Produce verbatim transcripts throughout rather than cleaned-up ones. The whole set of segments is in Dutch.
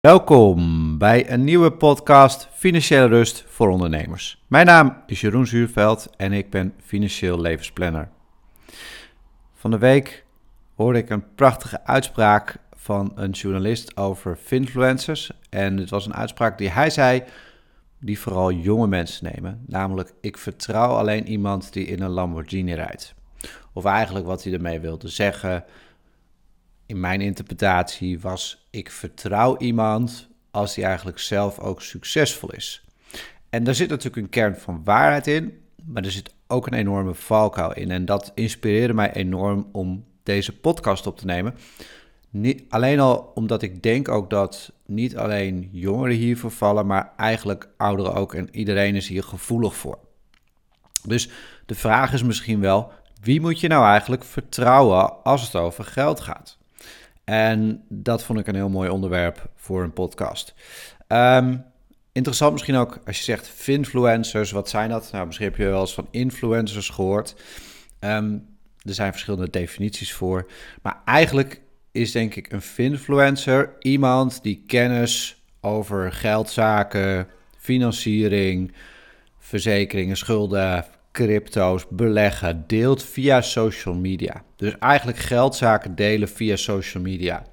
Welkom bij een nieuwe podcast Financiële Rust voor Ondernemers. Mijn naam is Jeroen Zuurveld en ik ben financieel levensplanner. Van de week hoorde ik een prachtige uitspraak van een journalist over finfluencers. En het was een uitspraak die hij zei, die vooral jonge mensen nemen. Namelijk, ik vertrouw alleen iemand die in een Lamborghini rijdt. Of eigenlijk wat hij ermee wilde zeggen, in mijn interpretatie was, ik vertrouw iemand als die eigenlijk zelf ook succesvol is. En daar zit natuurlijk een kern van waarheid in, maar er zit ook een enorme valkuil in. En dat inspireerde mij enorm om deze podcast op te nemen. Niet, alleen al omdat ik denk ook dat niet alleen jongeren hiervoor vallen, maar eigenlijk ouderen ook. En iedereen is hier gevoelig voor. Dus de vraag is misschien wel, wie moet je nou eigenlijk vertrouwen als het over geld gaat? En dat vond ik een heel mooi onderwerp voor een podcast. Um, interessant misschien ook als je zegt finfluencers, wat zijn dat? Nou, misschien heb je wel eens van influencers gehoord. Um, er zijn verschillende definities voor. Maar eigenlijk is denk ik een finfluencer iemand die kennis over geldzaken, financiering, verzekeringen, schulden, crypto's, beleggen, deelt via social media. Dus eigenlijk geldzaken delen via social media.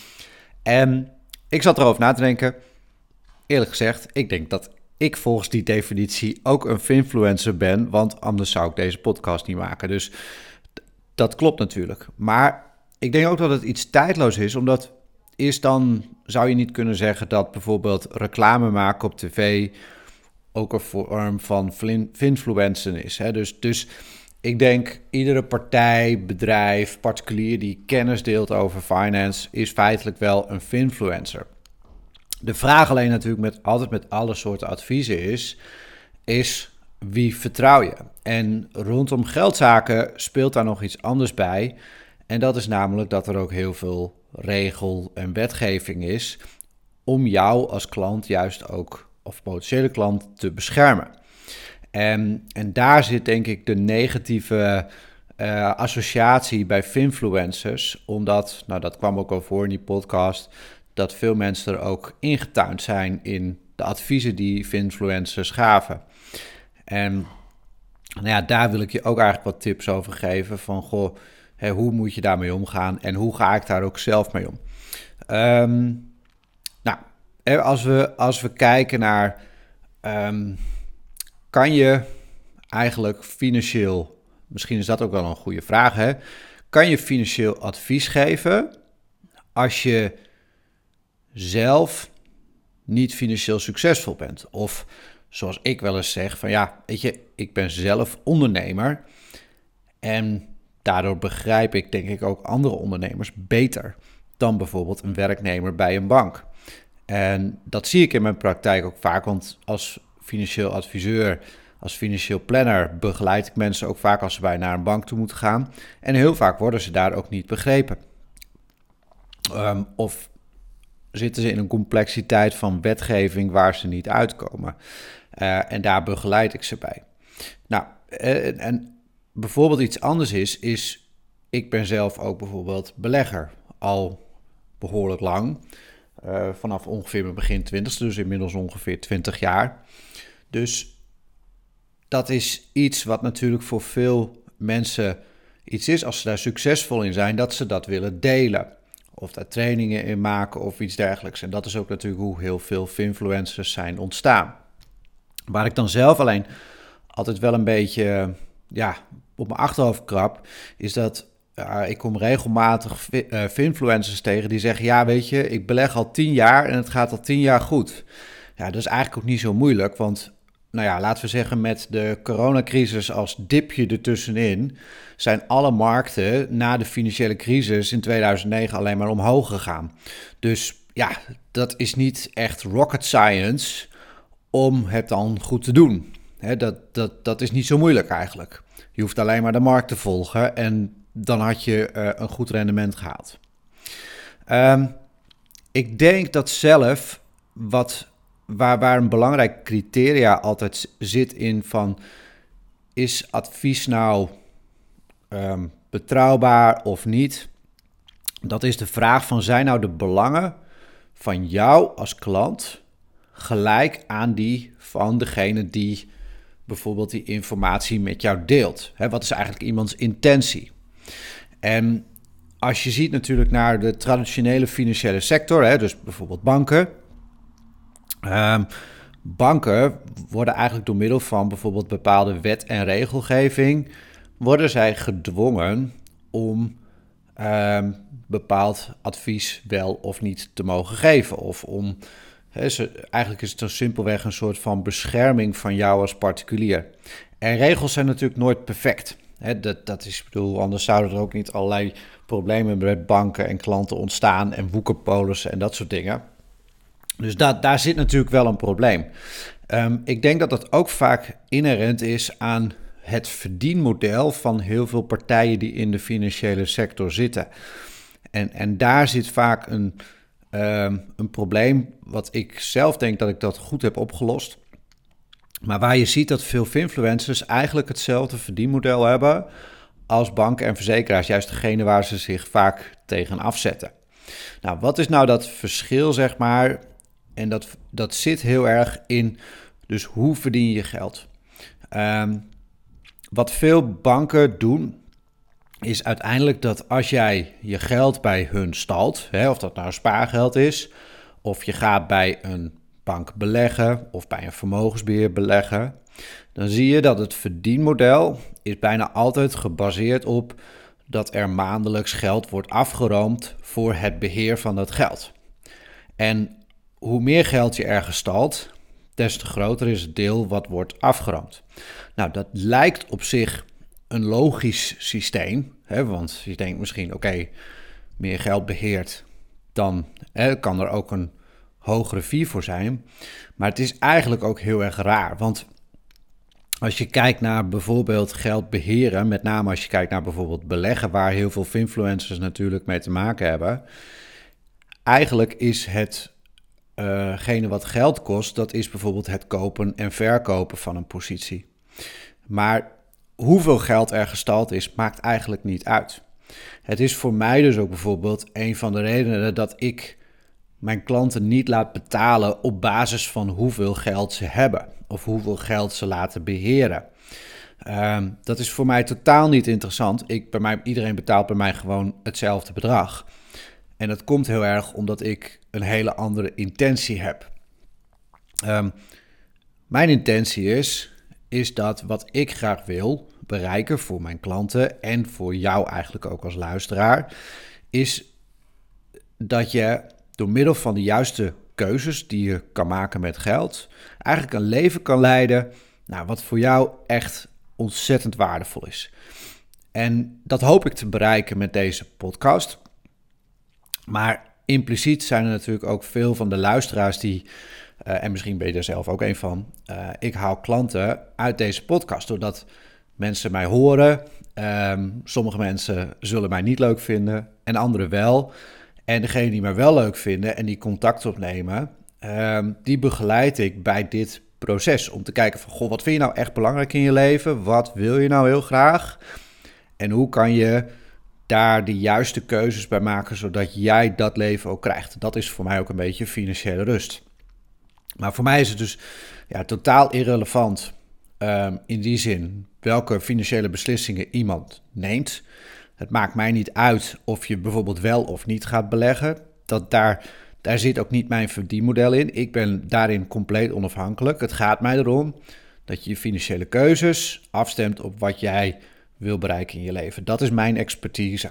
En ik zat erover na te denken. Eerlijk gezegd, ik denk dat ik volgens die definitie ook een finfluencer ben, want anders zou ik deze podcast niet maken. Dus dat klopt natuurlijk. Maar ik denk ook dat het iets tijdloos is, omdat eerst dan zou je niet kunnen zeggen dat bijvoorbeeld reclame maken op tv ook een vorm van finfluencen is. Hè? Dus, dus ik denk, iedere partij, bedrijf, particulier die kennis deelt over finance is feitelijk wel een finfluencer. De vraag alleen natuurlijk met, altijd met alle soorten adviezen is, is wie vertrouw je? En rondom geldzaken speelt daar nog iets anders bij. En dat is namelijk dat er ook heel veel regel en wetgeving is om jou als klant juist ook, of potentiële klant, te beschermen. En, en daar zit denk ik de negatieve uh, associatie bij finfluencers, omdat, nou dat kwam ook al voor in die podcast, dat veel mensen er ook ingetuind zijn in de adviezen die finfluencers gaven. En nou ja, daar wil ik je ook eigenlijk wat tips over geven van, goh, hé, hoe moet je daarmee omgaan en hoe ga ik daar ook zelf mee om? Um, nou, als we, als we kijken naar, um, kan je eigenlijk financieel, misschien is dat ook wel een goede vraag, hè? Kan je financieel advies geven als je zelf niet financieel succesvol bent? Of zoals ik wel eens zeg, van ja, weet je, ik ben zelf ondernemer en daardoor begrijp ik denk ik ook andere ondernemers beter dan bijvoorbeeld een werknemer bij een bank. En dat zie ik in mijn praktijk ook vaak, want als financieel adviseur, als financieel planner begeleid ik mensen ook vaak als ze bij naar een bank toe moeten gaan. En heel vaak worden ze daar ook niet begrepen. Um, of zitten ze in een complexiteit van wetgeving waar ze niet uitkomen. Uh, en daar begeleid ik ze bij. Nou, uh, en bijvoorbeeld iets anders is, is ik ben zelf ook bijvoorbeeld belegger al behoorlijk lang. Uh, vanaf ongeveer mijn begin twintigste, dus inmiddels ongeveer twintig jaar. Dus dat is iets wat natuurlijk voor veel mensen iets is, als ze daar succesvol in zijn, dat ze dat willen delen. Of daar trainingen in maken of iets dergelijks. En dat is ook natuurlijk hoe heel veel finfluencers zijn ontstaan. Waar ik dan zelf alleen altijd wel een beetje ja, op mijn achterhoofd krap, is dat uh, ik kom regelmatig uh, finfluencers tegen die zeggen, ja weet je, ik beleg al tien jaar en het gaat al tien jaar goed. Ja, dat is eigenlijk ook niet zo moeilijk, want nou ja, laten we zeggen met de coronacrisis als dipje ertussenin zijn alle markten na de financiële crisis in tweeduizend negen alleen maar omhoog gegaan. Dus ja, dat is niet echt rocket science om het dan goed te doen. He, dat, dat, dat is niet zo moeilijk eigenlijk. Je hoeft alleen maar de markt te volgen en dan had je uh, een goed rendement gehaald. Um, ik denk dat zelf wat... Waar, waar een belangrijk criteria altijd zit in van, is advies nou um, betrouwbaar of niet? Dat is de vraag van, zijn nou de belangen van jou als klant gelijk aan die van degene die bijvoorbeeld die informatie met jou deelt. Hè, wat is eigenlijk iemands intentie? En als je ziet natuurlijk naar de traditionele financiële sector, hè, dus bijvoorbeeld banken. Um, banken worden eigenlijk door middel van bijvoorbeeld bepaalde wet en regelgeving, worden zij gedwongen om um, bepaald advies wel of niet te mogen geven. Of om, he, ze, eigenlijk is het dan simpelweg een soort van bescherming van jou als particulier. En regels zijn natuurlijk nooit perfect. He, dat, dat is, ik bedoel, anders zouden er ook niet allerlei problemen met banken en klanten ontstaan en woekerpolissen en dat soort dingen. Dus da, daar zit natuurlijk wel een probleem. Um, ik denk dat dat ook vaak inherent is aan het verdienmodel van heel veel partijen die in de financiële sector zitten. En, en daar zit vaak een, um, een probleem wat ik zelf denk dat ik dat goed heb opgelost. Maar waar je ziet dat veel finfluencers eigenlijk hetzelfde verdienmodel hebben als banken en verzekeraars. Juist degene waar ze zich vaak tegen afzetten. Nou, wat is nou dat verschil, zeg maar? En dat, dat zit heel erg in, dus hoe verdien je geld? Um, wat veel banken doen, is uiteindelijk dat als jij je geld bij hun stalt, hè, of dat nou spaargeld is, of je gaat bij een bank beleggen of bij een vermogensbeheer beleggen, dan zie je dat het verdienmodel is bijna altijd gebaseerd op dat er maandelijks geld wordt afgeroomd voor het beheer van dat geld. En hoe meer geld je ergens stalt, des te groter is het deel wat wordt afgeroomd. Nou, dat lijkt op zich een logisch systeem, hè, want je denkt misschien, oké, okay, meer geld beheerd, dan hè, kan er ook een hogere fee voor zijn. Maar het is eigenlijk ook heel erg raar, want als je kijkt naar bijvoorbeeld geld beheren, met name als je kijkt naar bijvoorbeeld beleggen, waar heel veel influencers natuurlijk mee te maken hebben, eigenlijk is het Uh, gene wat geld kost, dat is bijvoorbeeld het kopen en verkopen van een positie. Maar hoeveel geld er gestald is, maakt eigenlijk niet uit. Het is voor mij dus ook bijvoorbeeld een van de redenen dat ik mijn klanten niet laat betalen op basis van hoeveel geld ze hebben of hoeveel geld ze laten beheren. Uh, dat is voor mij totaal niet interessant. Ik, bij mij, iedereen betaalt bij mij gewoon hetzelfde bedrag. En dat komt heel erg omdat ik een hele andere intentie heb. Um, mijn intentie is, is dat wat ik graag wil bereiken voor mijn klanten en voor jou eigenlijk ook als luisteraar, is dat je door middel van de juiste keuzes die je kan maken met geld, eigenlijk een leven kan leiden, nou, wat voor jou echt ontzettend waardevol is. En dat hoop ik te bereiken met deze podcast. Maar impliciet zijn er natuurlijk ook veel van de luisteraars die, uh, en misschien ben je er zelf ook een van, uh, ik haal klanten uit deze podcast, doordat mensen mij horen. Um, sommige mensen zullen mij niet leuk vinden en anderen wel. En degene die mij wel leuk vinden en die contact opnemen, um, die begeleid ik bij dit proces. Om te kijken van, goh, wat vind je nou echt belangrijk in je leven? Wat wil je nou heel graag? En hoe kan je daar de juiste keuzes bij maken, zodat jij dat leven ook krijgt. Dat is voor mij ook een beetje financiële rust. Maar voor mij is het dus ja, totaal irrelevant um, in die zin welke financiële beslissingen iemand neemt. Het maakt mij niet uit of je bijvoorbeeld wel of niet gaat beleggen. Dat daar, daar zit ook niet mijn verdienmodel in. Ik ben daarin compleet onafhankelijk. Het gaat mij erom dat je je financiële keuzes afstemt op wat jij wil bereiken in je leven. Dat is mijn expertise.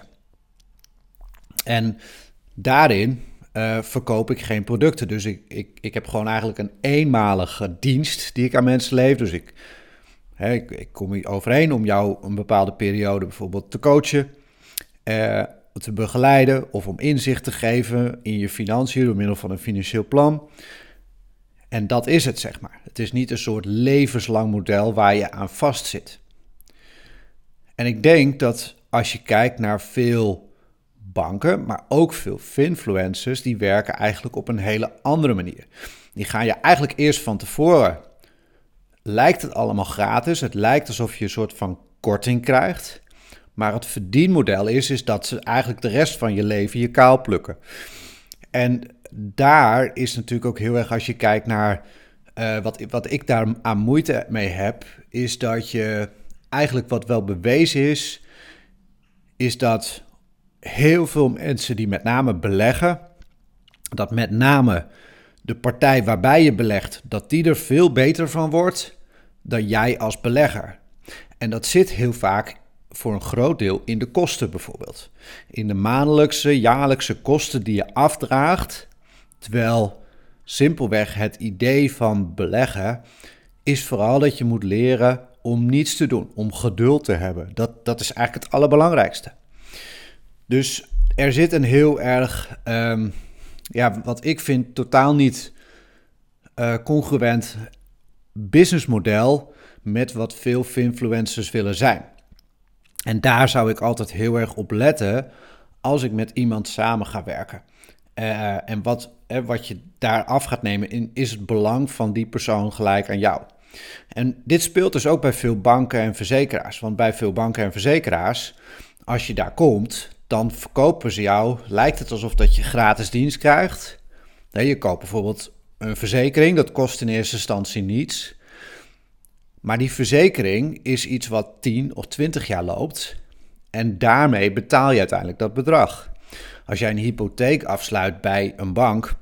En daarin uh, verkoop ik geen producten. Dus ik, ik, ik heb gewoon eigenlijk een eenmalige dienst die ik aan mensen leef. Dus ik, hè, ik, ik kom hier overheen om jou een bepaalde periode bijvoorbeeld te coachen, uh, te begeleiden of om inzicht te geven in je financiën door middel van een financieel plan. En dat is het, zeg maar. Het is niet een soort levenslang model waar je aan vastzit. En ik denk dat als je kijkt naar veel banken, maar ook veel finfluencers, die werken eigenlijk op een hele andere manier. Die gaan je eigenlijk eerst van tevoren, lijkt het allemaal gratis, het lijkt alsof je een soort van korting krijgt, maar het verdienmodel is, is dat ze eigenlijk de rest van je leven je kaal plukken. En daar is natuurlijk ook heel erg, als je kijkt naar uh, wat, wat ik daar aan moeite mee heb, is dat je eigenlijk wat wel bewezen is, is dat heel veel mensen die met name beleggen, dat met name de partij waarbij je belegt, dat die er veel beter van wordt dan jij als belegger. En dat zit heel vaak voor een groot deel in de kosten bijvoorbeeld. In de maandelijkse, jaarlijkse kosten die je afdraagt. Terwijl simpelweg het idee van beleggen is vooral dat je moet leren om niets te doen, om geduld te hebben. Dat, dat is eigenlijk het allerbelangrijkste. Dus er zit een heel erg, um, ja, wat ik vind, totaal niet uh, congruent businessmodel met wat veel finfluencers willen zijn. En daar zou ik altijd heel erg op letten als ik met iemand samen ga werken. Uh, en wat, uh, wat je daar af gaat nemen, in, is het belang van die persoon gelijk aan jou. En dit speelt dus ook bij veel banken en verzekeraars. Want bij veel banken en verzekeraars, als je daar komt, dan verkopen ze jou, lijkt het alsof dat je gratis dienst krijgt. Nee, je koopt bijvoorbeeld een verzekering, dat kost in eerste instantie niets. Maar die verzekering is iets wat tien of twintig jaar loopt en daarmee betaal je uiteindelijk dat bedrag. Als jij een hypotheek afsluit bij een bank,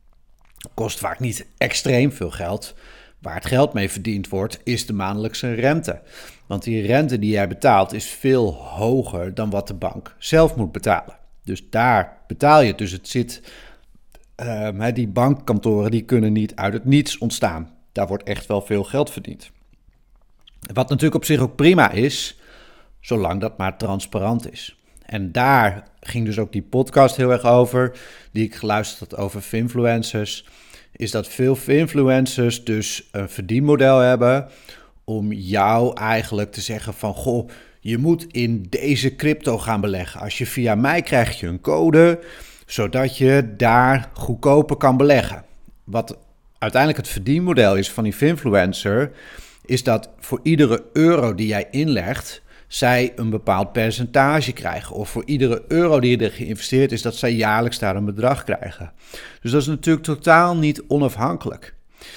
kost vaak niet extreem veel geld. Waar het geld mee verdiend wordt, is de maandelijkse rente. Want die rente die jij betaalt is veel hoger dan wat de bank zelf moet betalen. Dus daar betaal je. Dus het zit, uh, die bankkantoren die kunnen niet uit het niets ontstaan. Daar wordt echt wel veel geld verdiend. Wat natuurlijk op zich ook prima is, zolang dat maar transparant is. En daar ging dus ook die podcast heel erg over, die ik geluisterd had over finfluencers, is dat veel finfluencers dus een verdienmodel hebben om jou eigenlijk te zeggen van, goh, je moet in deze crypto gaan beleggen. Als je via mij krijg je een code, zodat je daar goedkoper kan beleggen. Wat uiteindelijk het verdienmodel is van die finfluencer, is dat voor iedere euro die jij inlegt, zij een bepaald percentage krijgen. Of voor iedere euro die je er geïnvesteerd is, dat zij jaarlijks daar een bedrag krijgen. Dus dat is natuurlijk totaal niet onafhankelijk.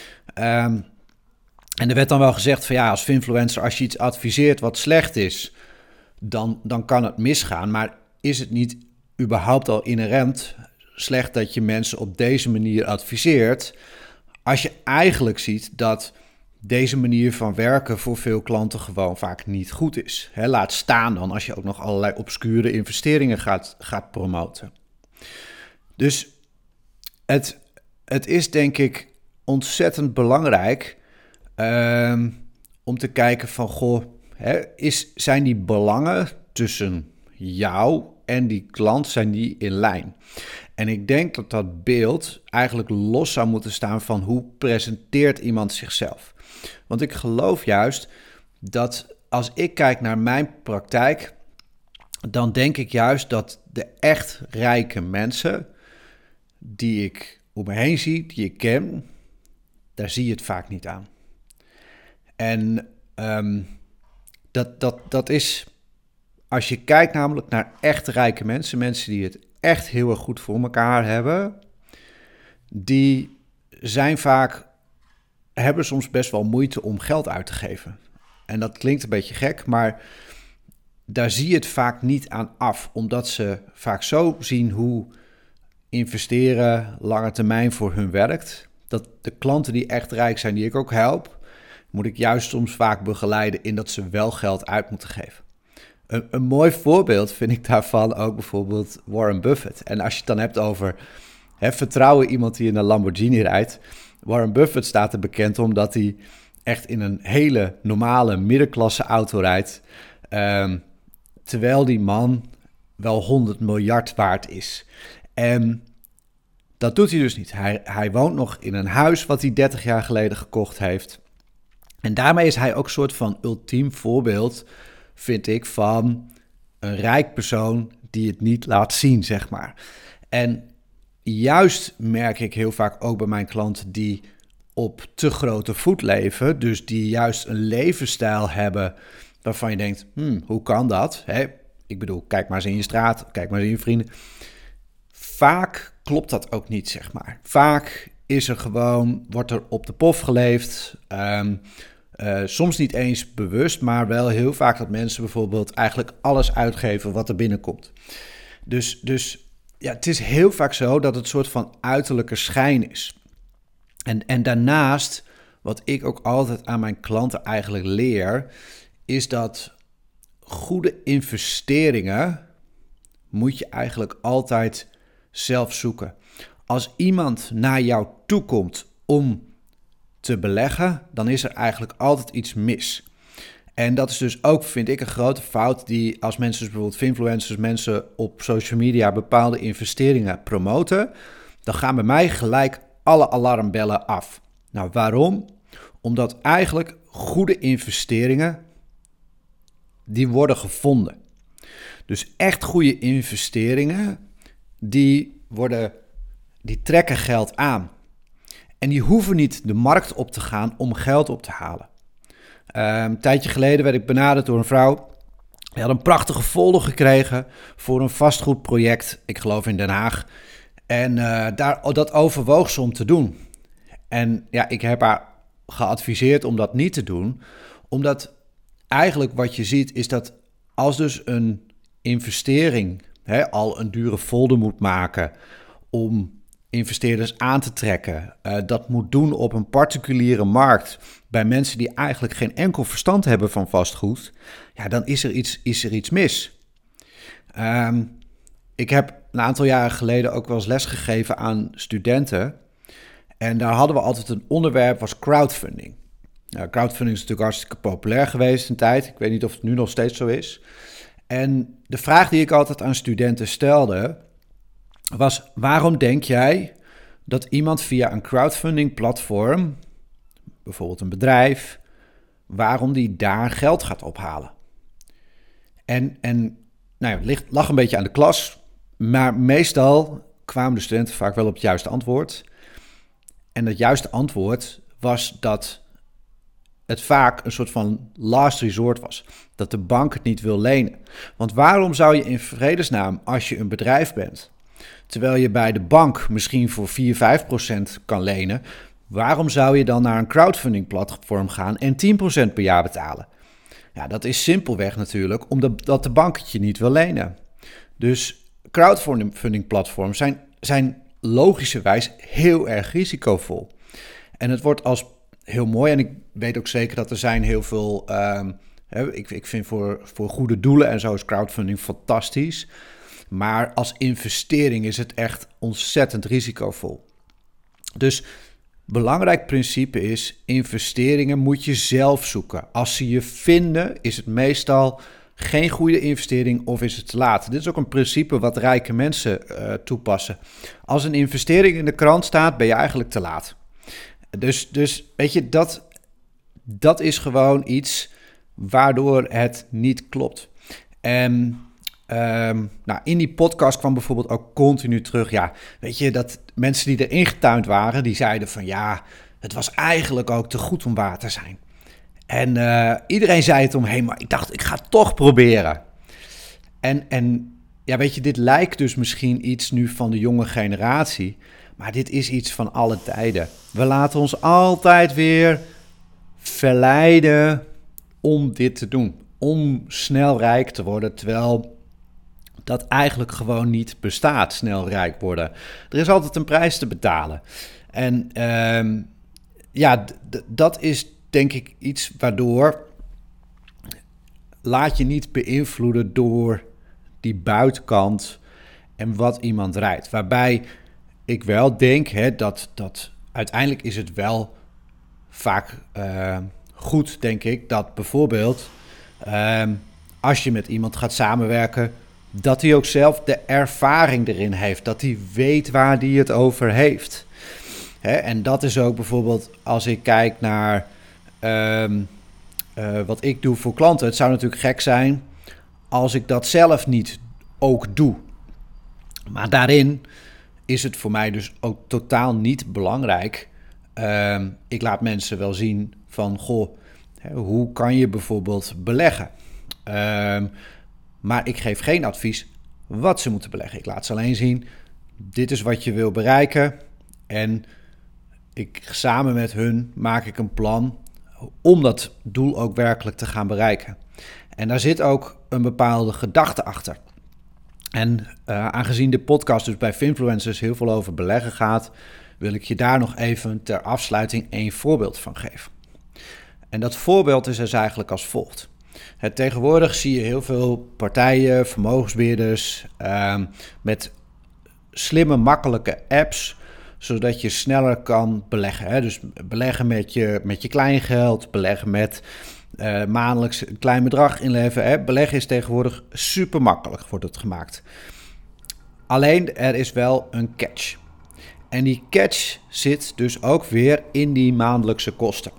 Um, en er werd dan wel gezegd van ja, als finfluencer, als je iets adviseert wat slecht is, dan, dan kan het misgaan. Maar is het niet überhaupt al inherent slecht dat je mensen op deze manier adviseert, als je eigenlijk ziet dat deze manier van werken voor veel klanten gewoon vaak niet goed is. He, laat staan dan als je ook nog allerlei obscure investeringen gaat, gaat promoten. Dus het, het is denk ik ontzettend belangrijk um, om te kijken van, goh, he, is, zijn die belangen tussen jou en die klant, zijn die in lijn? En ik denk dat dat beeld eigenlijk los zou moeten staan van hoe presenteert iemand zichzelf. Want ik geloof juist dat als ik kijk naar mijn praktijk, dan denk ik juist dat de echt rijke mensen die ik om me heen zie, die ik ken, daar zie je het vaak niet aan. En um, dat, dat, dat is, als je kijkt namelijk naar echt rijke mensen, mensen die het echt heel erg goed voor elkaar hebben, die zijn vaak, hebben soms best wel moeite om geld uit te geven. En dat klinkt een beetje gek, maar daar zie je het vaak niet aan af, omdat ze vaak zo zien hoe investeren lange termijn voor hun werkt, dat de klanten die echt rijk zijn, die ik ook help, moet ik juist soms vaak begeleiden in dat ze wel geld uit moeten geven. Een, een mooi voorbeeld vind ik daarvan ook bijvoorbeeld Warren Buffett. En als je het dan hebt over hè, vertrouwen iemand die in een Lamborghini rijdt. Warren Buffett staat er bekend omdat hij echt in een hele normale middenklasse auto rijdt. Um, terwijl die man wel honderd miljard waard is. En dat doet hij dus niet. Hij, hij woont nog in een huis wat hij dertig jaar geleden gekocht heeft. En daarmee is hij ook een soort van ultiem voorbeeld, vind ik, van een rijk persoon die het niet laat zien, zeg maar. En juist merk ik heel vaak ook bij mijn klanten die op te grote voet leven, dus die juist een levensstijl hebben waarvan je denkt, hmm, hoe kan dat? Hè? Ik bedoel, kijk maar eens in je straat, kijk maar eens in je vrienden. vaak klopt dat ook niet, zeg maar. Vaak is er gewoon, wordt er op de pof geleefd. Um, uh, soms niet eens bewust, maar wel heel vaak dat mensen bijvoorbeeld eigenlijk alles uitgeven wat er binnenkomt. Dus, dus ja, het is heel vaak zo dat het een soort van uiterlijke schijn is. En, en daarnaast, wat ik ook altijd aan mijn klanten eigenlijk leer, is dat goede investeringen moet je eigenlijk altijd zelf zoeken. Als iemand naar jou toe komt om te beleggen, dan is er eigenlijk altijd iets mis. En dat is dus ook, vind ik, een grote fout die als mensen, dus bijvoorbeeld influencers, mensen op social media bepaalde investeringen promoten, dan gaan bij mij gelijk alle alarmbellen af. Nou, waarom? Omdat eigenlijk goede investeringen, die worden gevonden. Dus echt goede investeringen, die worden, die trekken geld aan. En die hoeven niet de markt op te gaan om geld op te halen. Uh, een tijdje geleden werd ik benaderd door een vrouw. Die had een prachtige folder gekregen voor een vastgoedproject, ik geloof in Den Haag. En uh, daar, dat overwoog ze om te doen. En ja, ik heb haar geadviseerd om dat niet te doen. Omdat eigenlijk wat je ziet is dat als dus een investering hè, al een dure folder moet maken om investeerders aan te trekken, uh, dat moet doen op een particuliere markt bij mensen die eigenlijk geen enkel verstand hebben van vastgoed, ja, dan is er iets, is er iets mis. Um, ik heb een aantal jaren geleden ook wel eens lesgegeven aan studenten en daar hadden we altijd een onderwerp, was crowdfunding. Nou, crowdfunding is natuurlijk hartstikke populair geweest een tijd. Ik weet niet of het nu nog steeds zo is. En de vraag die ik altijd aan studenten stelde was: waarom denk jij dat iemand via een crowdfunding platform, bijvoorbeeld een bedrijf, waarom die daar geld gaat ophalen? En, en nou ja, ligt, lag een beetje aan de klas, maar meestal kwamen de studenten vaak wel op het juiste antwoord. En het juiste antwoord was dat het vaak een soort van last resort was. Dat de bank het niet wil lenen. Want waarom zou je in vredesnaam, als je een bedrijf bent, terwijl je bij de bank misschien voor vier, vijf procent kan lenen, waarom zou je dan naar een crowdfunding platform gaan en tien procent per jaar betalen? Ja, dat is simpelweg natuurlijk omdat de bank het je niet wil lenen. Dus crowdfunding platforms zijn, zijn logischerwijs heel erg risicovol. En het wordt als heel mooi, en ik weet ook zeker dat er zijn heel veel, um, hè, ik, ik vind voor, voor goede doelen en zo is crowdfunding fantastisch. Maar als investering is het echt ontzettend risicovol. Dus belangrijk principe is, investeringen moet je zelf zoeken. Als ze je vinden, is het meestal geen goede investering of is het te laat. Dit is ook een principe wat rijke mensen uh, toepassen. Als een investering in de krant staat, ben je eigenlijk te laat. Dus, dus weet je, dat, dat is gewoon iets waardoor het niet klopt. En um, nou, in die podcast kwam bijvoorbeeld ook continu terug, ja, weet je, dat mensen die erin getuind waren, die zeiden van ja, het was eigenlijk ook te goed om waar te zijn. En uh, iedereen zei het omheen, maar ik dacht, ik ga het toch proberen. En, en ja, weet je, dit lijkt dus misschien iets nu van de jonge generatie, maar dit is iets van alle tijden. We laten ons altijd weer verleiden om dit te doen. Om snel rijk te worden, terwijl dat eigenlijk gewoon niet bestaat, snel rijk worden. Er is altijd een prijs te betalen. En uh, ja, d- dat is denk ik iets waardoor laat je niet beïnvloeden door die buitenkant en wat iemand rijdt. Waarbij ik wel denk hè, dat, dat uiteindelijk is het wel vaak uh, goed, denk ik, dat bijvoorbeeld uh, als je met iemand gaat samenwerken, dat hij ook zelf de ervaring erin heeft, dat hij weet waar hij het over heeft. Hè, en dat is ook bijvoorbeeld als ik kijk naar um, uh, wat ik doe voor klanten. Het zou natuurlijk gek zijn als ik dat zelf niet ook doe. Maar daarin is het voor mij dus ook totaal niet belangrijk. Uh, ik laat mensen wel zien van, goh, hè, hoe kan je bijvoorbeeld beleggen? Uh, maar ik geef geen advies wat ze moeten beleggen. Ik laat ze alleen zien dit is wat je wil bereiken. En ik, samen met hun maak ik een plan om dat doel ook werkelijk te gaan bereiken. En daar zit ook een bepaalde gedachte achter. En uh, aangezien de podcast dus bij Finfluencers heel veel over beleggen gaat, wil ik je daar nog even ter afsluiting één voorbeeld van geven. En dat voorbeeld is dus eigenlijk als volgt. Het, tegenwoordig zie je heel veel partijen, vermogensbeheerders uh, met slimme, makkelijke apps, zodat je sneller kan beleggen. Hè? Dus beleggen met je, met je kleingeld, beleggen met uh, maandelijks een klein bedrag inleveren. Hè? Beleggen is tegenwoordig super makkelijk, wordt het gemaakt. Alleen er is wel een catch. En die catch zit dus ook weer in die maandelijkse kosten.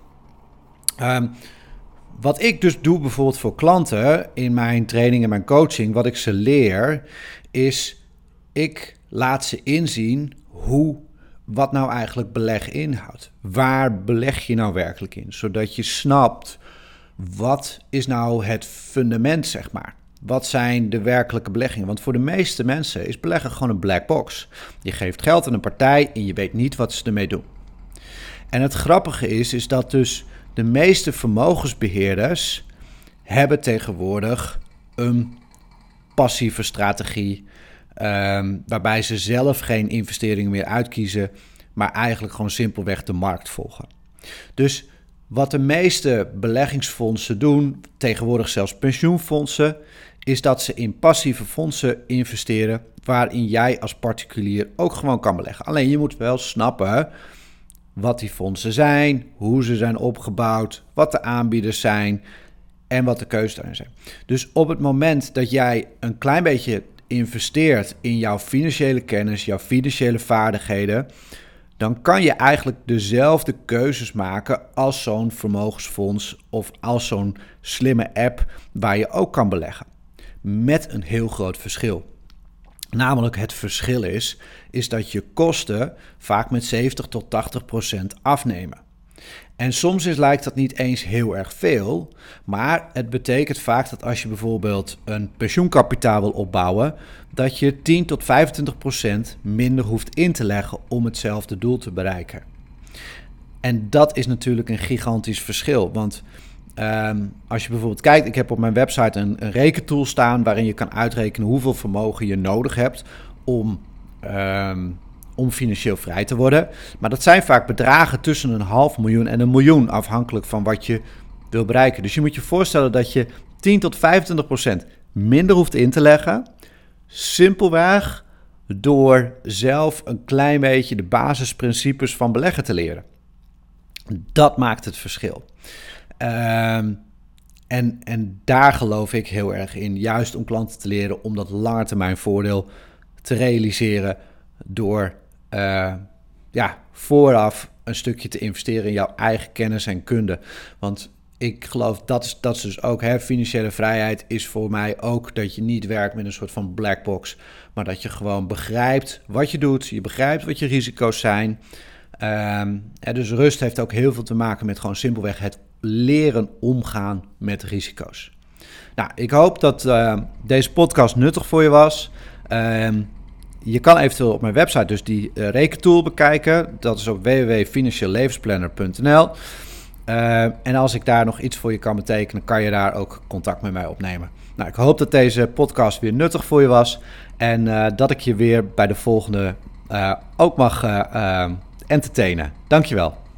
Um, wat ik dus doe bijvoorbeeld voor klanten in mijn training en mijn coaching, wat ik ze leer, is ik laat ze inzien hoe, wat nou eigenlijk beleg inhoudt. Waar beleg je nou werkelijk in? Zodat je snapt, wat is nou het fundament, zeg maar. Wat zijn de werkelijke beleggingen? Want voor de meeste mensen is beleggen gewoon een black box. Je geeft geld aan een partij en je weet niet wat ze ermee doen. En het grappige is, is dat dus de meeste vermogensbeheerders hebben tegenwoordig een passieve strategie, um, waarbij ze zelf geen investeringen meer uitkiezen, maar eigenlijk gewoon simpelweg de markt volgen. Dus wat de meeste beleggingsfondsen doen, tegenwoordig zelfs pensioenfondsen, is dat ze in passieve fondsen investeren waarin jij als particulier ook gewoon kan beleggen. Alleen je moet wel snappen wat die fondsen zijn, hoe ze zijn opgebouwd, wat de aanbieders zijn en wat de keuzes daarin zijn. Dus op het moment dat jij een klein beetje investeert in jouw financiële kennis, jouw financiële vaardigheden, dan kan je eigenlijk dezelfde keuzes maken als zo'n vermogensfonds of als zo'n slimme app waar je ook kan beleggen. Met een heel groot verschil. Namelijk het verschil is, is dat je kosten vaak met zeventig tot tachtig procent afnemen. En soms is, lijkt dat niet eens heel erg veel, maar het betekent vaak dat als je bijvoorbeeld een pensioenkapitaal wil opbouwen, dat je tien tot vijfentwintig procent minder hoeft in te leggen om hetzelfde doel te bereiken. En dat is natuurlijk een gigantisch verschil, want Um, als je bijvoorbeeld kijkt, ik heb op mijn website een, een rekentool staan waarin je kan uitrekenen hoeveel vermogen je nodig hebt om, um, om financieel vrij te worden. Maar dat zijn vaak bedragen tussen een half miljoen en een miljoen, afhankelijk van wat je wil bereiken. Dus je moet je voorstellen dat je tien tot vijfentwintig procent minder hoeft in te leggen, simpelweg door zelf een klein beetje de basisprincipes van beleggen te leren. Dat maakt het verschil. Um, en, en daar geloof ik heel erg in, juist om klanten te leren om dat langetermijn voordeel te realiseren door uh, ja, vooraf een stukje te investeren in jouw eigen kennis en kunde. Want ik geloof dat is, dat is dus ook, hè, financiële vrijheid is voor mij ook dat je niet werkt met een soort van black box, maar dat je gewoon begrijpt wat je doet, je begrijpt wat je risico's zijn. Um, dus rust heeft ook heel veel te maken met gewoon simpelweg het leren omgaan met risico's. Nou, ik hoop dat uh, deze podcast nuttig voor je was. Uh, je kan eventueel op mijn website dus die uh, rekentool bekijken. Dat is op w w w punt financieel levensplanner punt n l. Uh, en als ik daar nog iets voor je kan betekenen, kan je daar ook contact met mij opnemen. Nou, ik hoop dat deze podcast weer nuttig voor je was. En uh, dat ik je weer bij de volgende uh, ook mag uh, uh, entertainen. Dankjewel.